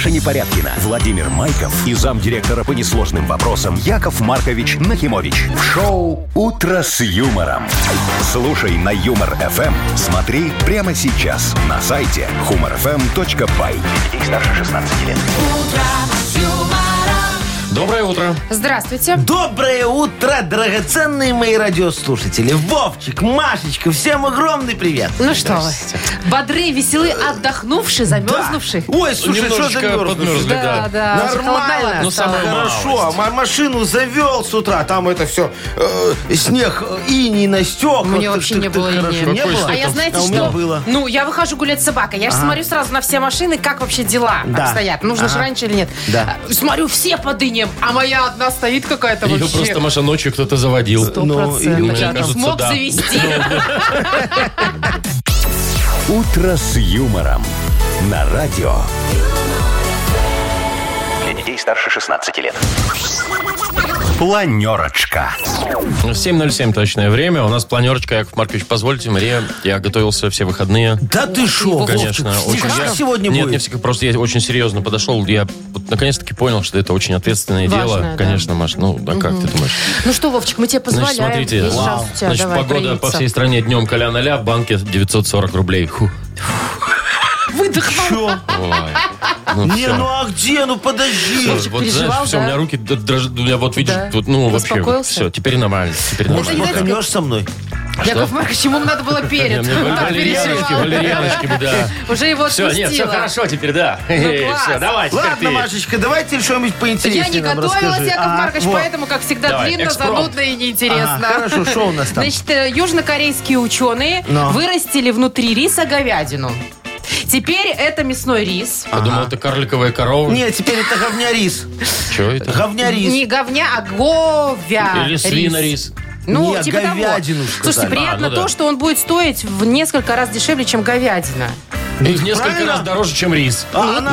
Маша Непорядкина, Владимир Майков и замдиректора по несложным вопросам Яков Маркович Нахимович. В шоу «Утро с юмором». Слушай на Юмор-ФМ. Смотри прямо сейчас на сайте humorfm.by. Для детей старше 16 лет. Доброе утро. Здравствуйте. Доброе утро, драгоценные мои радиослушатели. Вовчик, Машечка, всем огромный привет. Ну что вы, бодры, веселы, отдохнувшие, замерзнувшие. Ой, слушай, что Немножечко замерзнувший? подмерзли, да. Да, Нормально. Ну, самое Хорошо. Машину завел с утра. Там это все снег, иней на стеклах. Мне вообще не было инея. Не было? А я, знаете, у меня что? было. Ну, я выхожу гулять с собакой. Я же смотрю сразу на все машины, как вообще дела Да. обстоят. Нужно же раньше или нет. Да. Смотрю, все под инеем, а моя одна стоит какая-то Ее вообще. просто, Маша, ночью кто-то заводил. 100%. или мне Я не кажется, смог да. завести. «Утро с юмором» на радио. Для детей старше 16 лет. Планерочка. 7:07 точное время. У нас планерочка, Яков Маркович, позвольте, Мария. Я готовился все выходные. Да ты шо, Конечно. Вовчик, Очень как сегодня Нет, будет? не всегда, просто я очень серьезно подошел. Я вот наконец-таки понял, что это очень ответственное дело. Важное, да. Конечно, Маш, ну, да как ты думаешь? Ну что, Вовчик, мы тебе позволяем. Значит, смотрите, Есть шанс у тебя. значит, Давай, погода проявиться. по всей стране днем каля-ноля, в банке 940 рублей. Фу. Выдохнул. Чё? Ой. Ну, Не, всё. ну а где? Ну подожди. Всё, Вовчик вот переживал, знаешь, все, да? у меня руки дрожат, у меня вот видишь, Да. вот, ну вообще, Успокоился? все, теперь нормально, теперь Может, нормально. маханешь со мной? Яков Маркович, ему надо было перед. Мне Он так валерьяночки, переживал. валерьяночки, да. Уже его Все, нет, все отпустило. хорошо теперь, да. класс. Все, давай, теперь Ладно, ты. Машечка, давайте что-нибудь поинтереснее Я не нам готовилась, расскажи. Яков Маркович, вот. поэтому, как всегда, Давай, длинно, экспромт. занудно и неинтересно. Ага, хорошо, что у нас там? Значит, южнокорейские ученые Но. вырастили внутри риса говядину. Теперь это мясной рис. Подумал, это карликовая корова. Нет, теперь это говнярис. Что это? Говнярис. Не говня, а говя. Или свинорис. Ну, Не, типа говядину того. сказали. Слушайте, приятно ну то, да. что он будет стоить в несколько раз дешевле, чем говядина. И в несколько правильно. раз дороже, чем рис.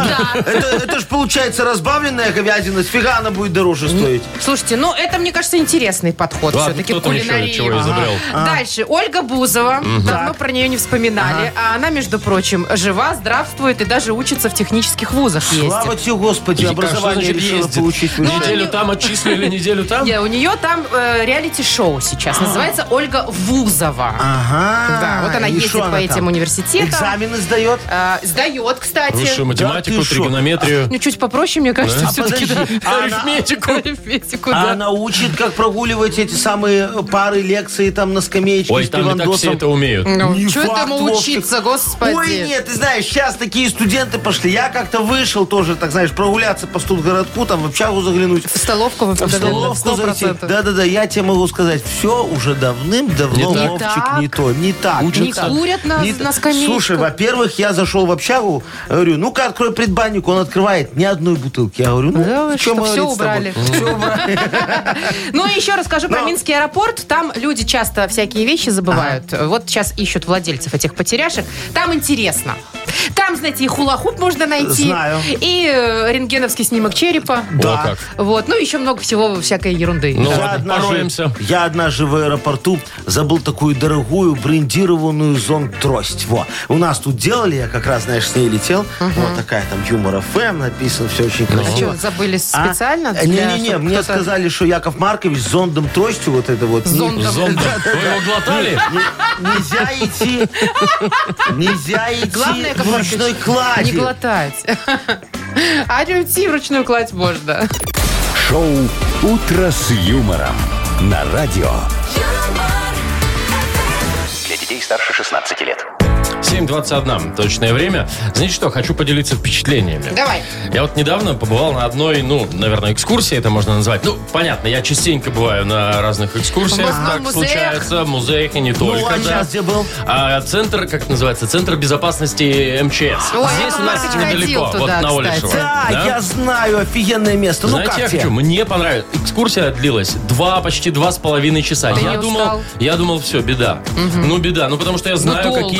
Это ж получается разбавленная говядина. Сфига она будет дороже стоить. Слушайте, ну это, мне кажется, интересный подход Ладно, все-таки кто к там еще кулинарии. чего изобрел? Дальше. Ольга Бузова. Давно про нее не вспоминали. А она, между прочим, жива, здравствует и даже учится в технических вузах Слава ездит. тебе, Господи, Что образование значит решила ездит? получить. Ну, Неделю они- там отчислили, неделю там? У нее там реалити-шоу сейчас. Называется Ольга Вузова. Ага. Да, вот она и ездит шо по она этим там? университетам. Экзамены сдает? Сдает, кстати. Высшую математику, ты шо? тригонометрию. Ну, чуть попроще, мне кажется, А все-таки. подожди, а она- Арифметику. Арифметику, А да. она учит, как прогуливать эти самые пары, лекции там на скамеечке Ой, с там не так все пивандосом. это умеют. Ну, Не что факт, этому Вовчик. учиться, господи? Ой, нет, ты знаешь, сейчас такие студенты пошли. Я как-то вышел тоже, так знаешь, прогуляться по студгородку, там в общагу заглянуть. В столовку вы В столовку зайти. 100%. Да-да-да, я тебе могу сказать, все уже давным-давно, Не так. Вовчик, Не не то, не так. Не не так. курят на Не так. скамейках. Слушай, во-первых, я зашел в общагу, говорю, ну-ка, открой предбанник, он открывает ни одной бутылки. Я говорю, ну, Да вы чё что, мы всё говорить с тобой? убрали? Всё убрали. Ну и еще расскажу про Но. Минский аэропорт. Там люди часто всякие вещи забывают. Вот сейчас ищут владельцев этих потеряшек. Там интересно. Там, знаете, и хула-хуп можно найти. Знаю. И рентгеновский снимок черепа. О, как. Вот. Ну, еще много всего всякой ерунды. Ну, Да. ладно, пороемся. Я однажды в аэропорту забыл такую дорогую брендированную зонт-трость. Во. У нас тут делали, я как раз, знаешь, с ней летел. Вот такая там Юмор ФМ написано, все очень А красиво. что, забыли А? специально? Не-не-не, чтобы мне кто-то- сказали, что Яков Маркович с зондом тростью вот это вот. Зондом. Зондом. Вы его глотали? Нельзя идти. Нельзя идти Главное, Яков в Маркович, ручной клади. не глотать. А идти в ручную кладь можно. Шоу «Утро с юмором» на радио. Для детей старше 16 лет. 7:21 точное время. Знаете что, хочу поделиться впечатлениями. Давай. Я вот недавно побывал на одной, ну, наверное, экскурсии это можно назвать. Ну, понятно, я частенько бываю на разных экскурсиях. В основном Так музеях. случается, в музеях и не Ну, только. а да. сейчас где был? Центр, как это называется, Центр безопасности МЧС. Ой, Здесь Яков у нас Маркович ходил недалеко, туда, вот на кстати. Олешево. Да, я знаю, офигенное место. Ну Знаете, как я тебе? хочу, мне понравилось. Экскурсия длилась почти 2,5 часа. Ты не устал? Я думал, все, беда. Ну, беда. Ну, потому что я знаю, долго. какие бывают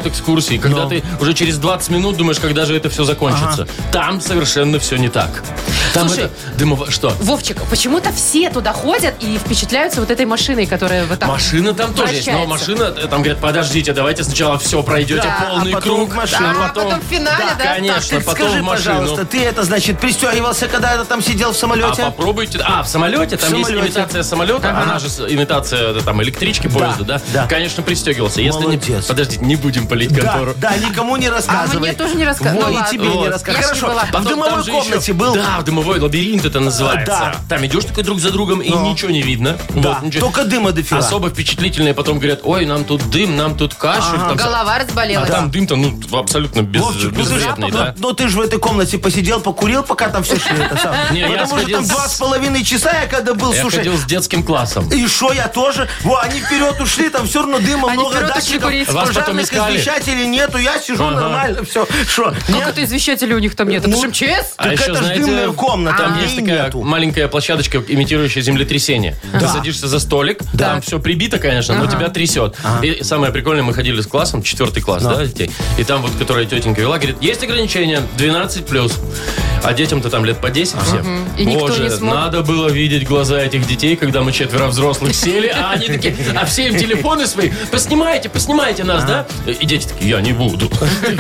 экскурсии, когда ты уже через 20 минут думаешь, когда же это все закончится. Там совершенно все не так. Там Слушай, Что? Вовчик, почему-то все туда ходят и впечатляются вот этой машиной, которая вот так Машина там тоже есть, но вращается. машина, там говорят, подождите, давайте сначала все пройдете, Да, полный а потом круг. в машину. А потом в финале, да? Конечно, Так, потом скажи, в машину. пожалуйста, ты это, значит, пристегивался, когда там сидел в А самолете? попробуйте. В самолете, там В есть самолете. имитация самолета, она же имитация там электрички, поезда, да? да. Конечно, пристегивался. Если не, Молодец. подождите, не будем палить Да, контору. да, никому не рассказывай. мне тоже не рассказывай. Во, Ну и ладно. тебе не Вот. рассказывай. Я ж не Хорошо, была. а в Потом дымовой там же комнате еще- был? Да, в дымовой лабиринт это называется. Да. Там идешь такой друг за другом, и ничего не видно. Да, Вот, ничего. только дыма дофига. Особо впечатлительные потом говорят, ой, нам тут дым, нам тут кашель. там Голова А разболелась. там дым-то, абсолютно Вовчик, ну ты, безвредный, да? ну ты же в этой комнате посидел, покурил, пока там все шли. Это самое. Не, я Потому что сходил там с- 2,5 часа я когда был, Я слушай. ходил с детским классом. И шо, я тоже? Во, они вперед ушли, там все равно дыма Они много, вперед ушли датчиков, курить. Вас потом пожарных искали? извещателей нету, я сижу нормально, все. Шо, Как нет? это извещателя у них там нет? Это Ну, ж МЧС? А Так еще, это ж знаете, дымная комната, там а есть ей такая нету. маленькая площадочка, имитирующая землетрясение. Ты садишься за столик, там все прибито, конечно, но тебя трясет. И самое прикольное, мы ходили с классом, 4 класс, да, детей, и там вот, которая тетенька вела, говорит, есть ограничения, 12+. А детям-то там лет по 10 всем. И никто Боже, не смог. надо было видеть глаза этих детей, когда мы 4 взрослых сели, а они такие, а все им телефоны свои, поснимайте нас, да? И дети такие, я не буду,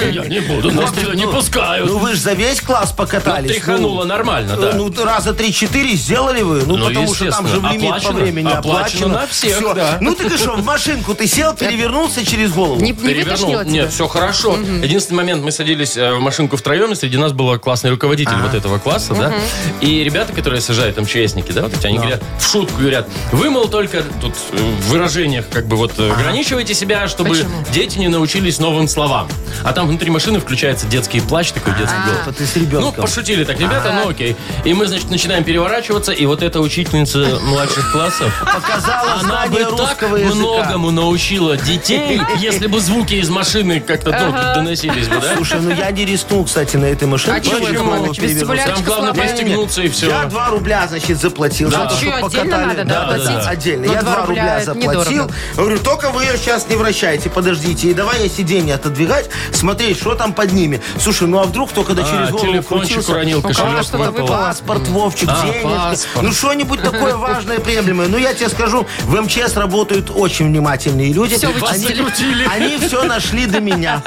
нас туда не пускают. Ну вы же за весь класс покатались. Тряхануло нормально, да. Ну, раза 3-4 сделали вы. Ну, Ну, потому что там же естественно. в лимит по Оплачено. времени Оплачено на всех, Всё. да. Ну, ты что, в машинку ты сел, перевернулся через голову? Не Перевернул. вытошнило тебя? Нет, все хорошо. Единственный момент, мы садились в машинку втроем, и среди нас был классный руководитель вот этого класса, да. И ребята, которые сажают МЧСники, да, вот эти, они говорят, в шутку говорят, вы, мол, только тут в выражениях как бы вот ограничивайте себя, чтобы Почему? дети не научились новым словам. А там внутри машины включается детский плач, такой детский голос. Вот ты с Ну, ребенком. пошутили так, ребята, ну окей. И мы, значит, начинаем переворачиваться, и вот эта учительница младших классов, Показала она бы знание так русского языка. многому научила детей, если бы звуки из машины как-то доносились бы, да? Слушай, ну я не рискнул, кстати, на этой машине. А чего это, Маркович, вестибулярчик Там главное слабый? пристегнуться и все. Я 2 рубля, значит, заплатил. Да. за то, Что, что отдельно покатали. надо, да, платить? Да, отдельно. Ну, Я 2 2 рубля рубля это заплатил. недорого. Говорю, только вы ее сейчас не вращайте, подождите. И давай я сиденье отодвигать, смотреть, что там под ними. Слушай, ну а вдруг только до через голову телефончик крутился? уронил, кошелек паспорт, выпало. паспорт, Вовчик, денежки. паспорт. Ну что-нибудь такое важное, приемлемое. Ну я тебе скажу, в МЧС работают очень внимательные люди. Всё вычислили. Они все нашли до меня.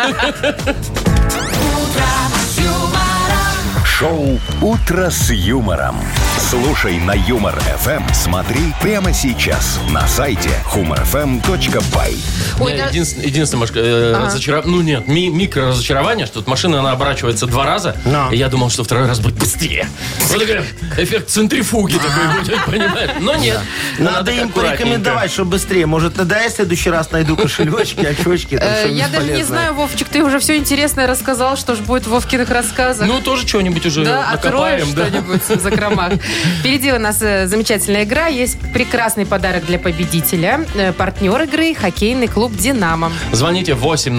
Шоу «Утро с юмором». Слушай на Юмор ФМ. Смотри прямо сейчас на сайте humorfm.by. У Ой, меня да- единственное, Машка, разочарование, ну нет, микро-разочарование, что вот машина, она оборачивается 2 раза, Но. и я думал, что второй раз будет быстрее. Вот такой эффект центрифуги такой будет, понимаешь? Но нет. Надо им аккуратненько. порекомендовать, чтобы быстрее. Может, тогда я в следующий раз найду кошелечки, очечки. там что-нибудь Я даже не полезное. знаю, Вовчик, ты уже все интересное рассказал, что же будет в Вовкиных рассказах. Ну, тоже что-нибудь уже Да, откроешь накопаем, да. что-нибудь в закромах. Впереди у нас замечательная игра. Есть прекрасный подарок для победителя. Партнер игры — хоккейный клуб «Динамо». Звоните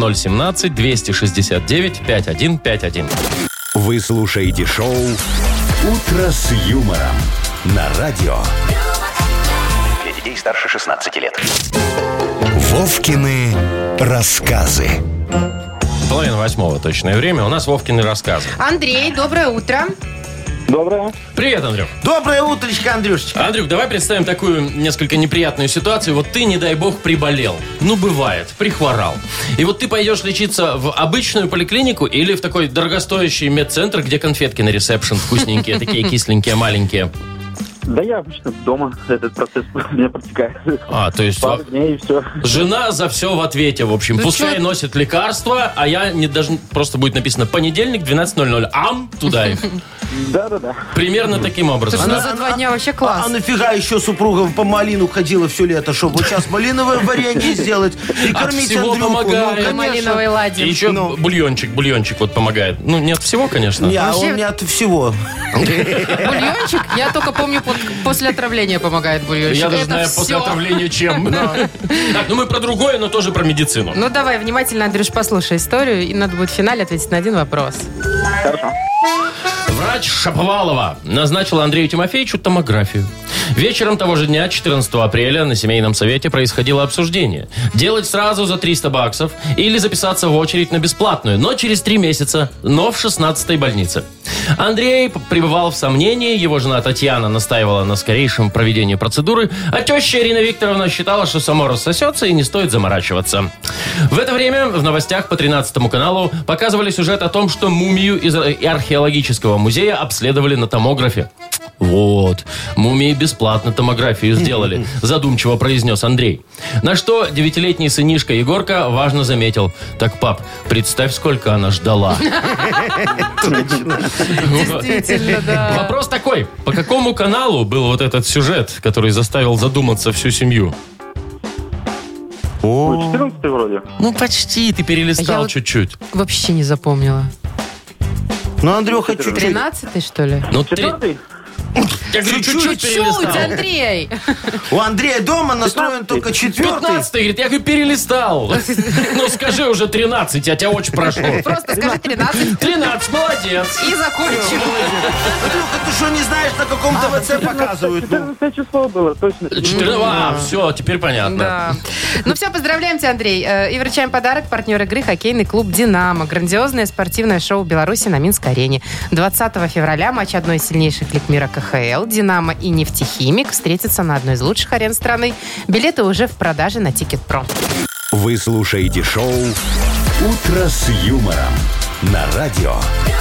8017-269-5151. Вы слушаете шоу «Утро с юмором» на радио. Для детей старше 16 лет. Вовкины рассказы. 7:30 точное время. У нас Вовкины рассказы. Андрей, доброе утро. Доброе. Привет, Андрюх. Доброе утречко, Андрюшечка. Андрюх, давай представим такую несколько неприятную ситуацию. Вот ты, не дай бог, приболел. Ну, бывает, прихворал. И вот ты пойдешь лечиться в обычную поликлинику или в такой дорогостоящий медцентр, где конфетки на ресепшн вкусненькие, такие кисленькие, маленькие. Да я обычно дома этот процесс у меня протекает. То есть Пару дней и все. жена за все в ответе, в общем. Ну Пускай чё? носит лекарства, а я не даже просто будет написано понедельник, 12:00. Ам, туда их. Да-да-да. Примерно таким образом. Слушай, да? ну за 2 дня вообще А класс. нафига еще супруга по малину ходила все лето, чтобы вот сейчас малиновое варенье сделать и От кормить всего Андрюху? помогает. конечно. Малиновой ладе. И еще Ну. бульончик вот помогает. Ну, нет всего, конечно. Не, а Вообще- он не от всего. Бульончик, я только помню, после отравления помогает бульончик. Я даже Это знаю, всё. после отравления чем. Так, ну мы про другое, но тоже про медицину. Ну давай, внимательно, Андрюш, послушай историю, и надо будет в финале ответить на один вопрос. Хорошо. В Врач Шаповалова назначила Андрею Тимофеевичу томографию. Вечером того же дня, 14 апреля, на семейном совете происходило обсуждение. Делать сразу за 300 баксов или записаться в очередь на бесплатную, но через 3 месяца, но в 16-й больнице. Андрей пребывал в сомнении, его жена Татьяна настаивала на скорейшем проведении процедуры, а теща Ирина Викторовна считала, что само рассосется и не стоит заморачиваться. В это время в новостях по 13 каналу показывали сюжет о том, что мумию из археологического музея обследовали на томографе. Вот, мумии бесплатно томографию сделали, задумчиво произнес Андрей. На что 9-летний сынишка Егорка важно заметил: так, пап, представь, сколько она ждала. Действительно, да. Вопрос такой: по какому каналу был вот этот сюжет, который заставил задуматься всю семью? 14 вроде. Ну, почти, ты перелистал Я чуть-чуть. Вообще не запомнила. Ну, Андрюха, чуть-чуть. 13-й, что ли? Ну, 4-й? я говорю, чуть-чуть Чуть-чуть, перелистал. Андрей. У Андрея дома настроен только 4-й. 15-й, говорит, я говорю, перелистал. Ну, скажи уже 13, я тебя очень прошу. Просто скажи 13 13, молодец. и закончим. Андрюха, ты что, не знаешь, на каком ТВЦ показывают? Ну, 14 число было, точно. Все, теперь понятно. Да. Ну все, поздравляем тебя, Андрей. И вручаем подарок. Партнер игры хоккейный клуб «Динамо». Грандиозное спортивное шоу Беларуси на Минской арене. 20 февраля матч одной из сильнейших лиг мира КХЛ. «Динамо» и «Нефтехимик» встретятся на одной из лучших арен страны. Билеты уже в продаже на Тикет.Про. Вы слушаете шоу «Утро с юмором» на радио.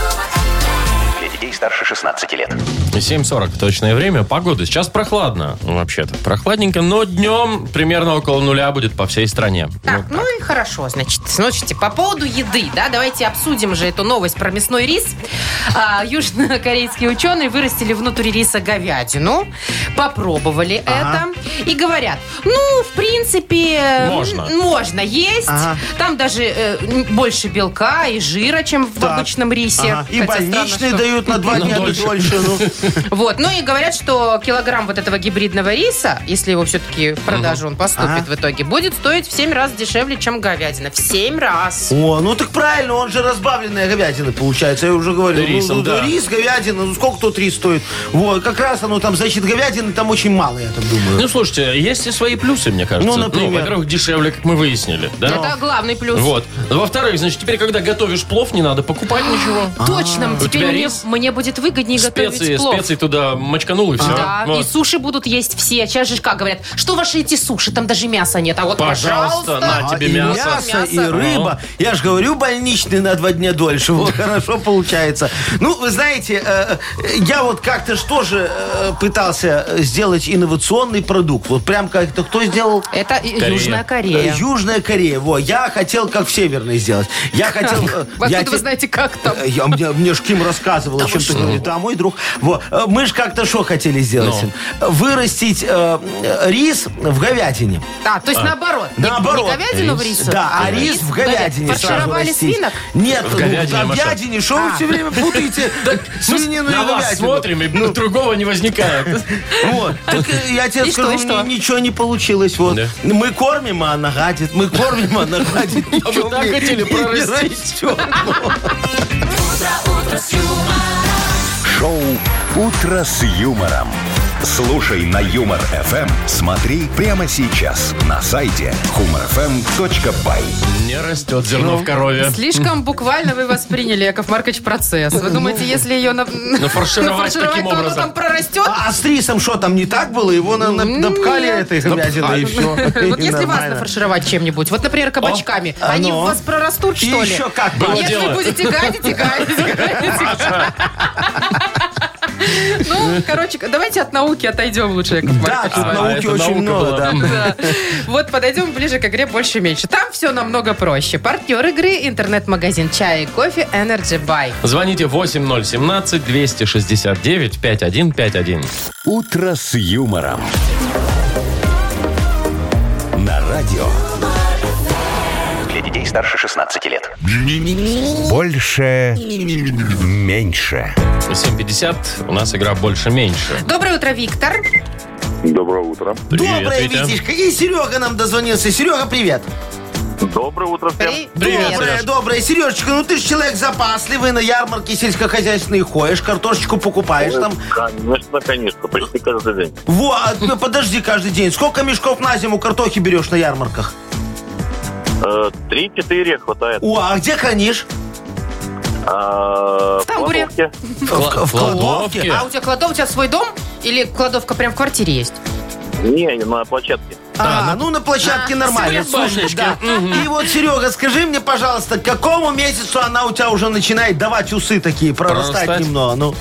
Для детей старше 16 лет. 7:40 точное время. Погода. Сейчас прохладно. Вообще-то прохладненько, но днем примерно около нуля будет по всей стране. Так, ну и хорошо, значит. Слушайте, по поводу еды, да, давайте обсудим же эту новость про мясной рис. Южнокорейские ученые вырастили внутри риса говядину, попробовали это и говорят, ну, в принципе, можно есть. Там даже больше белка и жира, чем в обычном рисе. И Хотя больничные странно, что- дают на 2 дня дольше. Ну. Вот, ну и говорят, что килограмм вот этого гибридного риса, если его все-таки в продажу он поступит в итоге, будет стоить в 7 раз дешевле, чем говядина. В 7 раз. О, ну так правильно, он же разбавленная говядина получается, я уже говорил. Рисом, да. Рис, говядина, ну сколько тут рис стоит? Вот, как раз оно там, значит, говядины там очень мало, я так думаю. Ну, слушайте, есть и свои плюсы, мне кажется. Ну, например? Во-первых, дешевле, как мы выяснили. Да? Это главный плюс. Вот. Во-вторых, значит, теперь, когда готовишь плов, не надо покупать ничего. Точно, У тебя теперь рис? мне будет выгоднее готовить плов. Специи туда мочканул и все. Да, и суши будут есть все. Сейчас же как говорят, что ваши эти суши, там даже мяса нет. А вот, Пожалуйста, на тебе и мясо. мясо, и рыба. Я же говорю, больничный на 2 дня дольше. Вот, хорошо получается. Ну, вы знаете, я вот как-то что же пытался сделать инновационный продукт. Вот прям как-то кто сделал? Это Южная Корея. Южная Корея. Во, я хотел как в Северной сделать. Я хотел... Откуда вы знаете, как там? Мне ж Ким рассказывал, о чем-то говорит. Да, мой друг. Вот. Мы же как-то что хотели сделать? Вырастить рис в говядине. А, то есть наоборот. Наоборот. Не говядину в рису, Да, а рис в говядине сразу Фаршировали растить. свинок? Нет, В говядине, в Маша. говядине. Что вы все время путаете свинину и На вас говядину? смотрим, и другого не возникает. Вот. Так я тебе И скажу, что, и что? ничего не получилось. Вот. Да. Мы кормим, а она гадит. Мы кормим, а она гадит. А вы так хотели прорастить? растет. Шоу «Утро с юмором». Слушай на Юмор ФМ. Смотри прямо сейчас на сайте humorfm.by. Не растет зерно в корове. Слишком буквально вы восприняли, Яков Маркович, процесс. Вы думаете, если ее Нафаршировать таким то оно образом. там прорастет? А с рисом что там не так было? Его напкали этой говядиной и все. Вот если вас нафаршировать чем-нибудь, вот, например, кабачками, они у вас прорастут, И что ли? еще как Было Если дело. будете гадить и гадить, и гадить. Ну, короче, давайте от науки отойдем лучше, Яков Да, Маркович. тут науки это очень наука много, была. да. Да. Вот подойдем ближе к игре «Больше-меньше». Там все намного проще. Партнер игры – интернет-магазин чая и кофе Energy Buy. Звоните 8017-269-5151. «Утро с юмором». На радио. Для детей старше 16 лет. Больше. Меньше. 7:50. У нас игра «Больше-меньше». Доброе утро, Виктор. Доброе утро. Привет, Доброе, Витя. Витишка. И Серега нам дозвонился. Серега, привет. Доброе утро всем. Привет, Доброе, Сереж. доброе. Сережечка, ну ты ж человек запасливый, на ярмарке сельскохозяйственные ходишь, картошечку покупаешь там. Конечно, почти каждый день. Вот, подожди каждый день. Сколько мешков на зиму картохи берешь на ярмарках? 3-4 хватает. О, а где хранишь? В тамбуре. кладовке. В кладовке? А у тебя кладовка, у тебя свой дом? Или кладовка прям в квартире есть? Не, на площадке. Ну на площадке нормально. свой Слушай, башнички. да. И вот, Серега, скажи мне, пожалуйста, к какому месяцу она у тебя уже начинает давать усы такие, прорастать Прорастать? немного? Ну,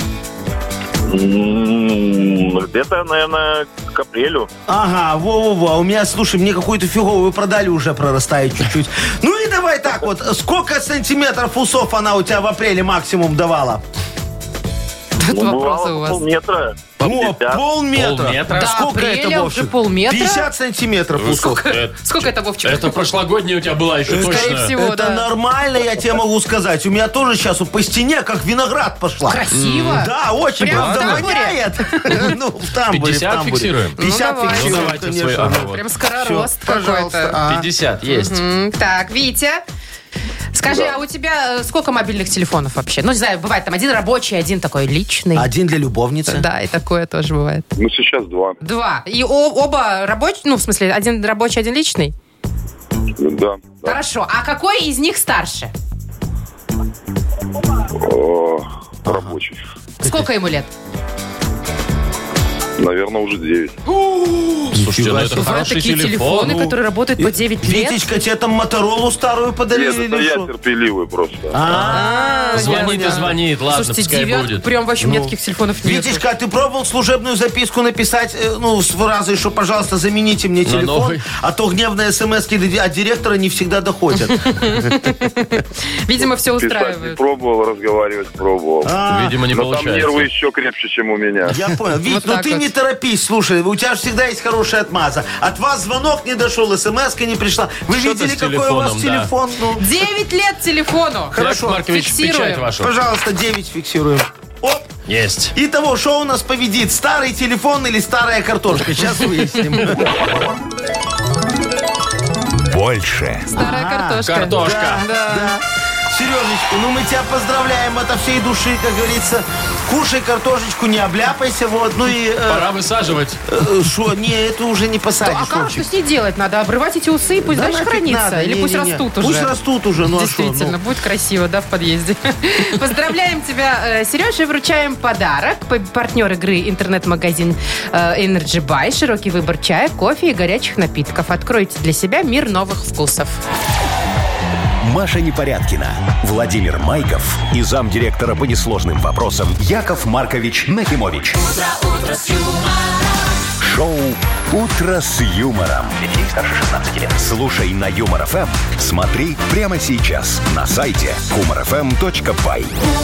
Где-то, наверное, к апрелю. ага, во-во-во. У меня, слушай, мне какую-то фиговую продали, уже прорастает чуть-чуть. Ну и давай так вот. Сколько сантиметров усов она у тебя в апреле максимум давала? Тут вопросы Бывало у вас. полметра. О, 50. полметра. Полметра? До Сколько это, апреля уже Вовчик? полметра? 50 сантиметров усов. Сколько это, Вовчик? Это прошлогодняя у тебя была еще Скорее точно. всего, Это да. нормально, я тебе могу сказать. У меня тоже сейчас по стене как виноград пошла. Красиво. Да, очень, Прям в правда, тамбуре? воняет. Ну, в тамбуре, 50 в тамбуре. фиксируем? 50 Ну, давай. Ну, фиксируем, давайте свои. конечно. Ага, вот. Прям скоророст Всё, пожалуйста. какой-то. А. 50 есть. Так, Витя, скажи, а у тебя сколько мобильных телефонов вообще? Ну, не знаю, бывает там один рабочий, один такой личный. Один для любовницы. Да, и такое тоже бывает. Ну, сейчас 2. 2. И оба рабочие, ну, в смысле, один рабочий, один личный? Да. Хорошо. А какой из них старше? Рабочий. Сколько ему лет? Наверное, уже 9. Слушайте, ну это себе. Бывают хороший такие телефон. телефоны, которые работают по 9 лет. Витечка, тебе там Моторолу старую подарили Нет, это или я что? терпеливый просто. Звонит и ясно. звонит. Ладно, Слушайте, пускай девятку, будет. прям вообще у меня таких телефонов нет. Витечка, а ты пробовал служебную записку написать, с фразой, что, пожалуйста, замените мне телефон, новый? а то гневные смс-ки от директора не всегда доходят. Видимо, все Писать не устраивает. пробовал, разговаривать пробовал. Видимо, не Но там нервы получается. еще крепче, чем у меня. Я понял. Вить, Вот ну так ты вот. не торопись, слушай, у тебя же всегда есть хорошая отмаза. От вас звонок не дошел, смс-ка не пришла. Вы Что-то видели, с какой у вас телефоном, да. телефон? Ну, 9 лет телефону. Хорошо, Яков Маркович, фиксируем. печать вашу. пожалуйста, 9 фиксируем. Оп. Есть. Итого, что у нас победит? Старый телефон или старая картошка? Сейчас выясним. Больше. Старая картошка. Картошка. Да. Сережечка, ну мы тебя поздравляем от всей души, как говорится. Кушай картошечку, не обляпайся, вот. Ну и... Пора высаживать. Шо, не, это уже не посадишь, А как Вовчик. что с ней делать? Надо обрывать эти усы и пусть Да дальше нафиг хранится. надо, Или пусть не-не-не. растут уже. Пусть растут уже, ну а шо, Действительно, ну. будет красиво, да, в подъезде. Поздравляем тебя, Сережа, и вручаем подарок. Партнер игры интернет-магазин Energy Buy. Широкий выбор чая, кофе и горячих напитков. Откройте для себя мир новых вкусов. Маша Непорядкина, Владимир Майков и замдиректора по несложным вопросам Яков Маркович Нахимович. Шоу «Утро с юмором». Для детей старше 16 лет. Слушай на Юмор ФМ. Смотри прямо сейчас на сайте humorfm.by.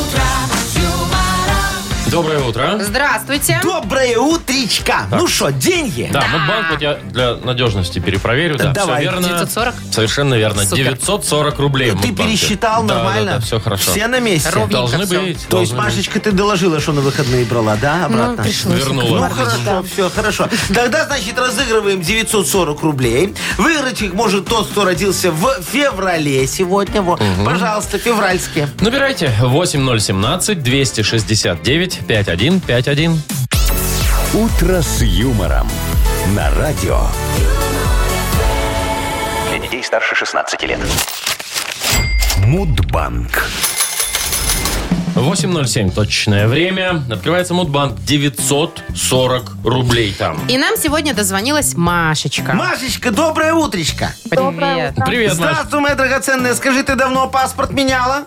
Доброе утро. Здравствуйте. Доброе утречка. Ну что, деньги? Да, Мудбанк вот я для надежности перепроверю. Да, Давай. все верно. 940? Совершенно верно. Супер. 940 рублей в Ты Мудбанке. пересчитал Да, нормально? Да, все хорошо. Все на месте? Ровненько Должны всё. быть. То есть, должны быть. Машечка, ты доложила, что на выходные брала, да, обратно? Пришлось. Вернула. Ну, хорошо, все, хорошо. Тогда, значит, разыгрываем 940 рублей. Выиграть их может тот, кто родился в феврале сегодня. Во. Пожалуйста, февральские. Набирайте 8017-269-5151. «Утро с юмором» на радио. Для детей старше 16 лет. Мудбанк. 8:07 точное время. Открывается Мудбанк. 940 рублей там. И нам сегодня дозвонилась Машечка. Машечка, доброе утречко. Привет. Привет, Маш. Здравствуй, моя драгоценная. Скажи, ты давно паспорт меняла?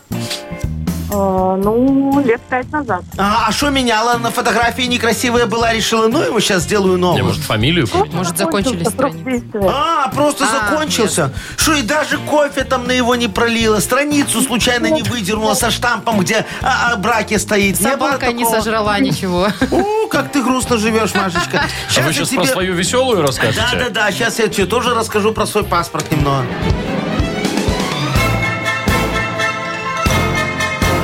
Ну, лет 5 назад. А что меняла? На фотографии некрасивая была, решила, ну его сейчас сделаю Я, новую. может, фамилию поменять? Может, закончились Срок страницы? действия. Просто закончился. Что, и даже кофе там на его не пролила, страницу случайно не выдернула со штампом, где о браке стоит. Не было Собака не такого? сожрала ничего. Как ты грустно живешь, Машечка. А вы я сейчас про свою веселую расскажете? Да, сейчас я тебе тоже расскажу про свой паспорт немного.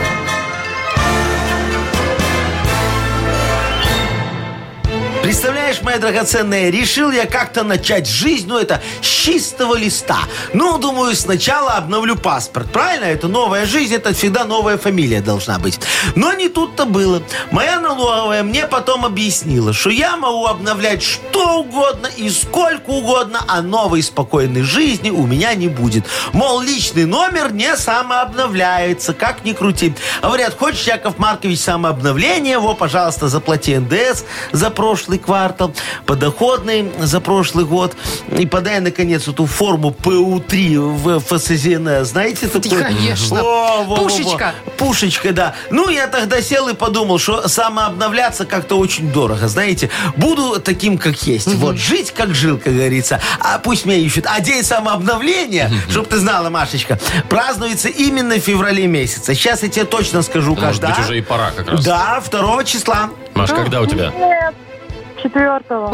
Представляешь, знаешь, моя драгоценная, решил я как-то начать жизнь, это с чистого листа. Думаю, сначала обновлю паспорт. Правильно? Это новая жизнь, это всегда новая фамилия должна быть. Но не тут-то было. Моя налоговая мне потом объяснила, что я могу обновлять что угодно и сколько угодно, а новой спокойной жизни у меня не будет. Мол, личный номер не самообновляется, как ни крути. Говорят, хочешь, Яков Маркович, самообновление? Пожалуйста, заплати НДС за прошлый квартал, подоходный за прошлый год. И подай, наконец, эту форму ПУ-3 в ФСЗН. Знаете такое? Конечно. Пушечка. Пушечка, да. Я тогда сел и подумал, что самообновляться как-то очень дорого. Знаете, буду таким, как есть. Жить, как жил, как говорится. А пусть меня ищут. А день самообновления, чтоб ты знала, Машечка, празднуется именно в феврале месяце. Сейчас я тебе точно скажу, Может когда. быть, уже и пора как раз. Да, 2 числа. Маш, когда у тебя? Нет, 4-го.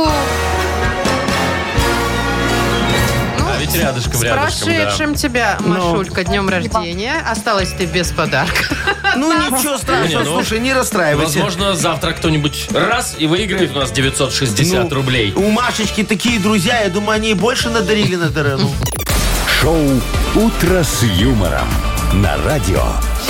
А ведь рядышком, С рядышком, да. прошедшим тебя, Машулька, днем рождения. Осталась ты без подарка. Ничего страшного, слушай, не расстраивайся. Возможно, завтра кто-нибудь раз и выиграет у нас 960 рублей. У Машечки такие друзья, я думаю, они и больше надарили на Дарену. Шоу «Утро с юмором» на радио.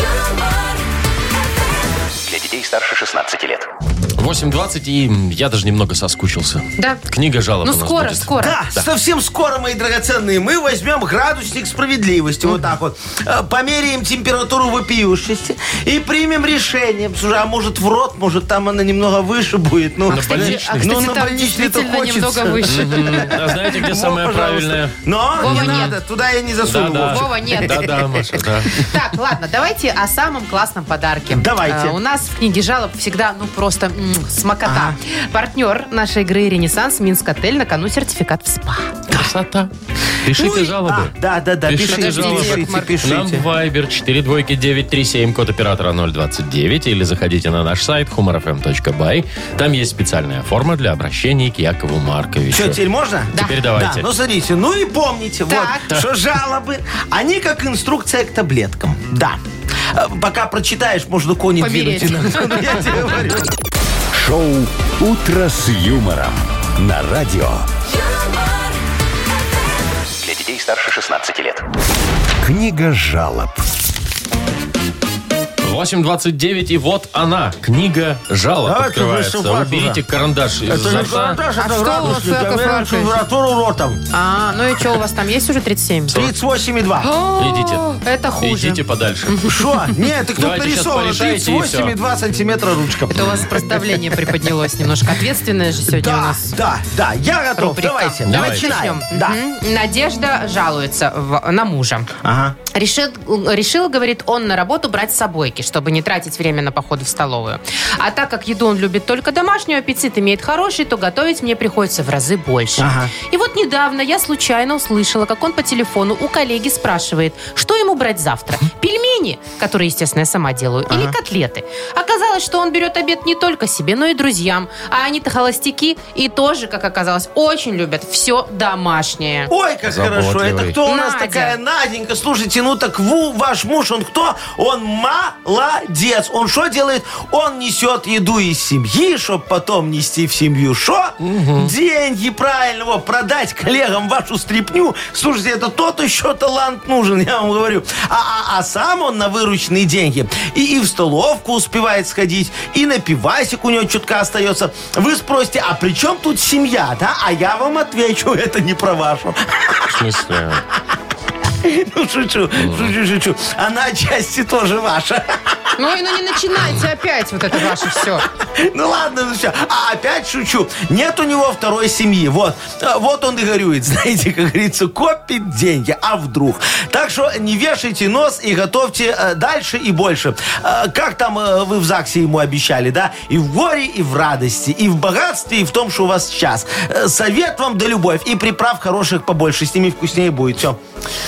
Для детей старше 16 лет. 8:20, и я даже немного соскучился. Да. Книга жалоб у нас скоро, будет. скоро. Да, совсем скоро, мои драгоценные, мы возьмем градусник справедливости. Вот так вот. Померяем температуру вопиющести и примем решение. Слушай, а может в рот, может там она немного выше будет. На Кстати, больничный. на там больничный-то действительно хочется. немного выше. А знаете, где самое Пожалуйста. правильное? Но Вова, не нет. надо, туда я не засуну. Да-да. Вова, нет. Да-да, Маша, да. Так, ладно, давайте о самом классном подарке. Давайте. У нас в книге жалоб всегда, просто смакота. Партнер нашей игры «Ренессанс» Минск-отель, на кону сертификат в СПА. Красота. Пишите жалобы. Да. Пишите Пишите, жалобы. пишите. Нам в Viber 42937, код оператора 029, или заходите на наш сайт humorfm.by. Там есть специальная форма для обращения к Якову Марковичу. Что, теперь можно? Теперь давайте. Да, смотрите, и помните, Так. что жалобы, они как инструкция к таблеткам. Да. Пока прочитаешь, можно кони Помереть. двинуть. Я тебе говорю. Шоу «Утро с юмором» на радио. Для детей старше 16 лет. Книга жалоб. 8:29, и вот она, книга жалоб Давайте открывается. вышивать Уберите уже. карандаш из Это рта. не карандаш, это что у вас, градусник. Яков Я меряю Маркович? температуру ротом. И что, у вас там есть уже 37? 38,2. Идите. Это хуже. Идите подальше. Что? Нет, ты кто Давайте щас порисован? порешайте, и 38,2 сантиметра ручка. Это у вас проставление приподнялось немножко. Ответственное же сегодня у Да, нас. я готов. Рубрика. Давайте, Давайте. начинаем. Начнем. Да. Надежда жалуется на мужа. Ага. Решил, говорит, он на работу брать с собойки, чтобы не тратить время на походы в столовую. А так как еду он любит только домашнюю, аппетит имеет хороший, то готовить мне приходится в разы больше. Ага. И вот недавно я случайно услышала, как он по телефону у коллеги спрашивает, что ему брать завтра. Пельмени, которые, естественно, я сама делаю, или котлеты. Оказалось, что он берет обед не только себе, но и друзьям. А они-то холостяки и тоже, как оказалось, очень любят все домашнее. Ой, как хорошо. Заботливый. Это кто у нас Надя. такая Наденька? Слушайте, так ваш муж, он кто? Он молодец. Он что делает? Он несет еду из семьи, чтобы потом нести в семью что? Деньги, правильно. Продать коллегам вашу стряпню. Слушайте, это тот еще талант нужен, я вам говорю. А сам он на вырученные деньги и в столовку успевает сходить, и на пивасик у него чутка остается. Вы спросите, а при чем тут семья, да? А я вам отвечу, это не про вашу. В смысле? Шучу. Она отчасти тоже ваша. Не начинайте опять вот это ваше все. Ладно, все. А опять шучу. Нет у него второй семьи. Вот он и горюет. Знаете, как говорится, копит деньги. А вдруг? Так что не вешайте нос и готовьте дальше и больше. Как там вы в ЗАГСе ему обещали, да? И в горе, и в радости, и в богатстве, и в том, что у вас сейчас. Совет вам да любовь. И приправ хороших побольше. С ними вкуснее будет. Все.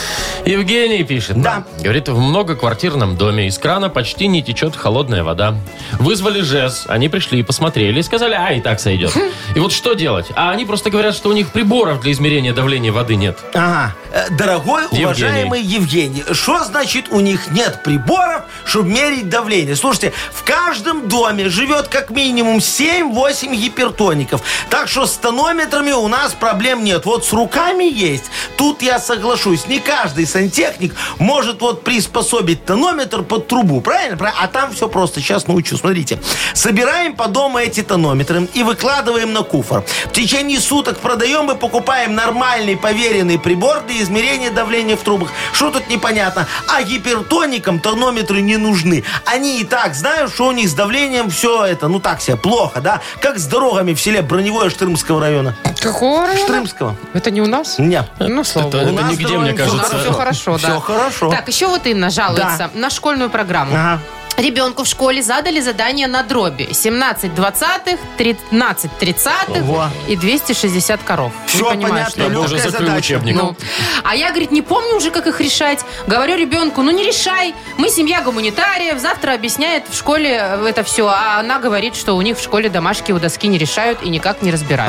Евгений пишет. Да. нам. Говорит, в многоквартирном доме из крана почти не течет холодная вода. Вызвали ЖЭС, они пришли, посмотрели и сказали, и так сойдет. И вот что делать? А они просто говорят, что у них приборов для измерения давления воды нет. Ага. Дорогой, уважаемый Евгений, что значит у них нет приборов, чтобы мерить давление? Слушайте, в каждом доме живет как минимум 7-8 гипертоников. Так что с тонометрами у нас проблем нет. Вот с руками есть. Тут я соглашусь. Не каждый сантехник может вот приспособить тонометр под трубу. Правильно? А там все просто. Сейчас научу. Смотрите. Собираем по дому эти тонометры и выкладываем на куфр. В течение суток продаем и покупаем нормальный поверенный прибор для измерения давления в трубах. Что тут непонятно? А гипертоникам тонометры не нужны. Они и так знают, что у них с давлением все это, так себе, плохо, да? Как с дорогами в селе Броневое Штырмского района. Какого района? Штырмского. Это не у нас? Нет. Ну, слава Это богу. У нас нигде, дороги мне кажется. Все хорошо, да. Все хорошо. Так, еще вот Инна жалуется на школьную программу. Ага. Ребенку в школе задали задание на дроби. 17 двадцатых, 13 тридцатых Во. и 260 коров. Всё Не понимаю, понятно, что это. Я уже легкая закрыл задача. учебник. Ну, а я, говорит, не помню уже, как их решать. Говорю ребенку, не решай. Мы семья гуманитариев. Завтра объясняет в школе это все. А она говорит, что у них в школе домашки у доски не решают и никак не разбирают.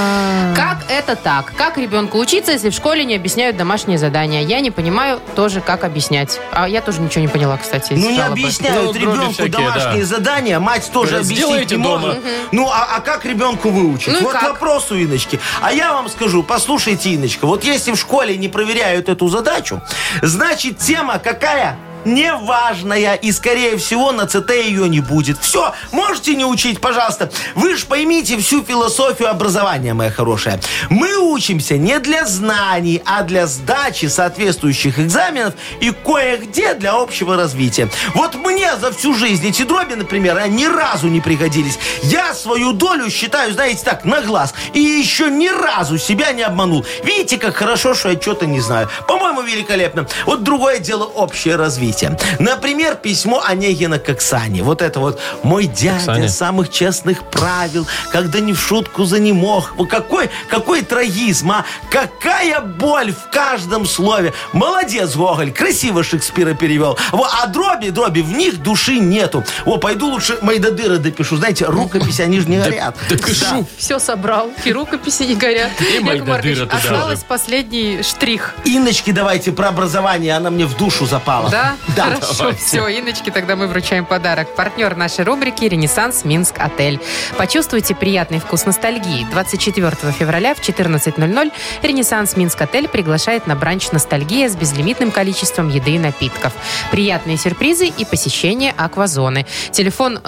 Как это так? Как ребенку учиться, если в школе не объясняют домашние задания? Я не понимаю тоже, как объяснять. А я тоже ничего не поняла, кстати. из Ну, не жалобы. объясняют Ну, дроби ребенку всякие, домашние задания, мать тоже Говорят, объяснить сделайте не дома. может. Ну, а как ребенку выучить? Ну и Вот как? вопрос у Инночки. А я вам скажу, послушайте, Инночка, вот если в школе не проверяют эту задачу, значит, тема какая? Неважная, и, скорее всего, на ЦТ ее не будет. Все, можете не учить, пожалуйста. Вы ж поймите всю философию образования, моя хорошая. Мы учимся не для знаний, а для сдачи соответствующих экзаменов и кое-где для общего развития. Вот мне за всю жизнь эти дроби, например, ни разу не пригодились. Я свою долю считаю, знаете, так, на глаз. И еще ни разу себя не обманул. Видите, как хорошо, что я что-то не знаю. По-моему, великолепно. Вот другое дело общее развитие. Например, письмо Онегина к Оксане. Вот это вот. Мой дядя Оксане. самых честных правил, когда не в шутку за не мог. Вот какой трагизм, а? Какая боль в каждом слове. Молодец, Гоголь. Красиво Шекспира перевел. А дроби, в них души нету. Пойду лучше мои до дыры допишу. Знаете, рукописи, они же не горят. Допишу. Все собрал. И рукописи не горят. И мои Яков Маркович, дыры туда осталось же. последний штрих. Инночки, давайте про образование. Она мне в душу запала. Да? Да. Хорошо, Давайте. все, Инночке тогда мы вручаем подарок. Партнер нашей рубрики «Ренессанс Минск Отель». Почувствуйте приятный вкус ностальгии. 24 февраля в 14:00 «Ренессанс Минск Отель» приглашает на бранч «Ностальгия» с безлимитным количеством еды и напитков. Приятные сюрпризы и посещение аквазоны. Телефон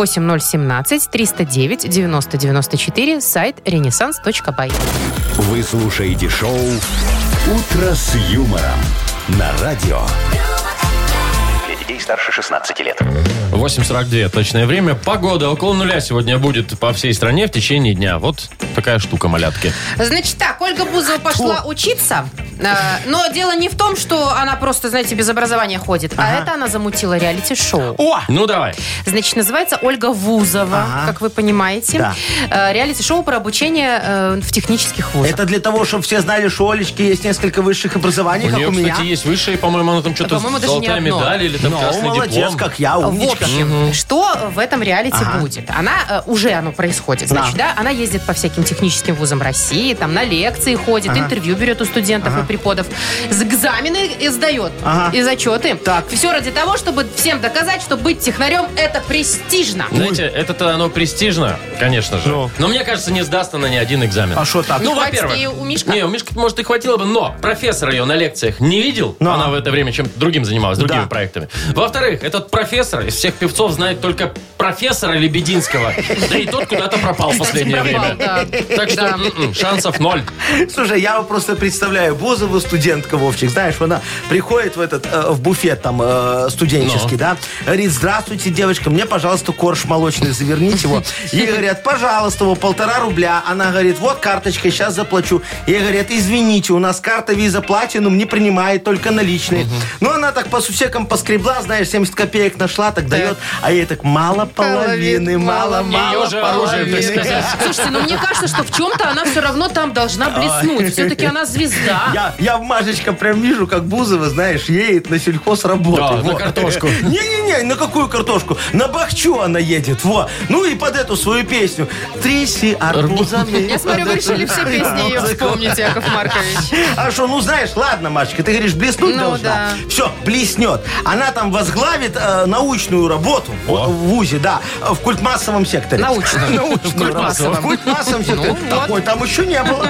8017-309-9094, сайт renaissance.by. Вы слушаете шоу «Утро с юмором» на радио. Для детей старше 16 лет. 8:42 точное время. Погода около нуля сегодня будет по всей стране в течение дня. Вот такая штука, малятки. Значит так, Ольга Бузова пошла учиться, но дело не в том, что она просто, знаете, без образования ходит, а это она замутила реалити-шоу. Ну, давай. Значит, называется «Ольга Вузова», Ага. как вы понимаете. Да. Реалити-шоу про обучение в технических вузах. Это для того, чтобы все знали, что у Олечки есть несколько высших образований, У как нее, у меня. кстати, есть высшее, по-моему, она там что-то По-моему, даже не золотая одно. медаль или там Ну, красный молодец, диплом. как я, В умничка. общем, что в этом реалити будет? Она, уже оно происходит, значит, да? Она ездит по всяким техническим вузам России, там на лекции ходит, интервью берет у студентов и преподов, экзамены сдает, и зачеты. Так. Все ради того, чтобы всем доказать, что быть технарем – это престижно. Знаете, это-то оно престижно, конечно же. Ну. Но мне кажется, не сдаст она ни один экзамен. А что так? Ну, Хватит во-первых, ей у Мишка? Не, у Мишки, может, и хватило бы, но профессор ее на лекциях не видел. Но. Она в это время чем-то другим занималась, другими Да. проектами. Во-вторых, этот профессор из всех певцов знает только профессора Лебединского. Да и тот куда-то пропал в последнее время. Да. Так что Да. шансов ноль. Слушай, я вот просто представляю Бузову, студентка, Вовчик, знаешь, она приходит в буфет там студенческий, да, говорит: здравствуйте, девочка, мне, пожалуйста, корж молочный, заверните его. Ей говорят: пожалуйста, 1,5 рубля. Она говорит: вот карточкой, сейчас заплачу. Ей говорят: извините, у нас карта Visa Platinum не принимает, только наличные. Ну, она так по сусекам поскребла, знаешь, 70 копеек нашла, так дает, а ей так мало половины, мало-мало Ее же оружием, так сказать. Слушайте, ну мне кажется, что в чем-то она все равно там должна блеснуть. Все-таки она звезда. Я, Машечка, прям вижу, как Бузова, знаешь, едет на сельхозработу. Да, на Во. картошку. Не-не-не, на какую картошку? На бахчу она едет, во. Ну и под эту свою песню. Тряси арбузами. Я смотрю, вы решили все песни ее вспомнить, Яков Маркович. А что, ну знаешь, ладно, Машечка, ты говоришь, блеснуть Ну, должна. да. Все, блеснет. Она там возглавит научную работу в ВУЗе, да, в культмассовом секторе. Научную. Научную работу. В культмассовом секторе. Ну, Такой там еще не было.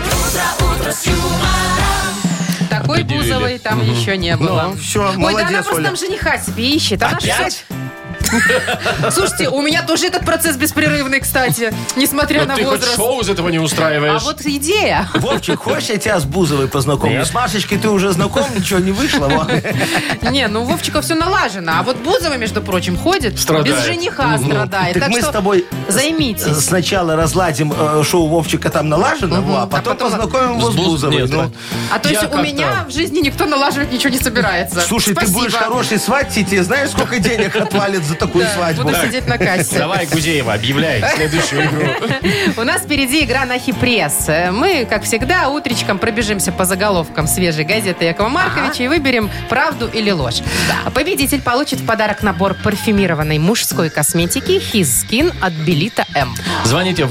Такой Определили. Бузовой там еще не было. Ну, всё, Ой, да молодец, она просто Оля. там жениха себе ищет. Она ж Опять? Слушайте, у меня тоже этот процесс беспрерывный, кстати, несмотря Ну, на ты хоть возраст. шоу из этого не А устраиваешь. вот идея. Вовчик, хочешь, я тебя с Бузовой познакомлю? Нет. С Машечкой ты уже знаком, ничего не вышло. во. Не, ну у Вовчика все налажено. А вот Бузова, между прочим, ходит, Страдает. без жениха страдает. Так мы что с тобой займитесь. сначала разладим шоу Вовчика там налажено, во, а потом потом познакомим его с С Буз- Бузовой. Нет, ну. А то Я есть у как-то- меня в жизни никто налаживать ничего не собирается. Слушай, Спасибо. ты будешь хороший сватить, и знаешь, сколько денег отвалит за такую Да, свадьбу? буду сидеть на кассе. Давай, Гузеева, объявляй следующую игру. У нас впереди игра на хипресс. Мы, как всегда, утречком пробежимся по заголовкам свежей газеты Якова Марковича и выберем правду или ложь. Победитель получит в подарок набор парфюмированной мужской косметики His Skin от Белита М. Звоните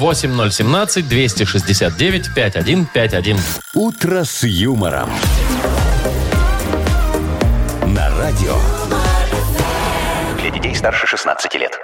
8017-269-5151. «Утро с юмором». На радио. Для детей старше 16 лет.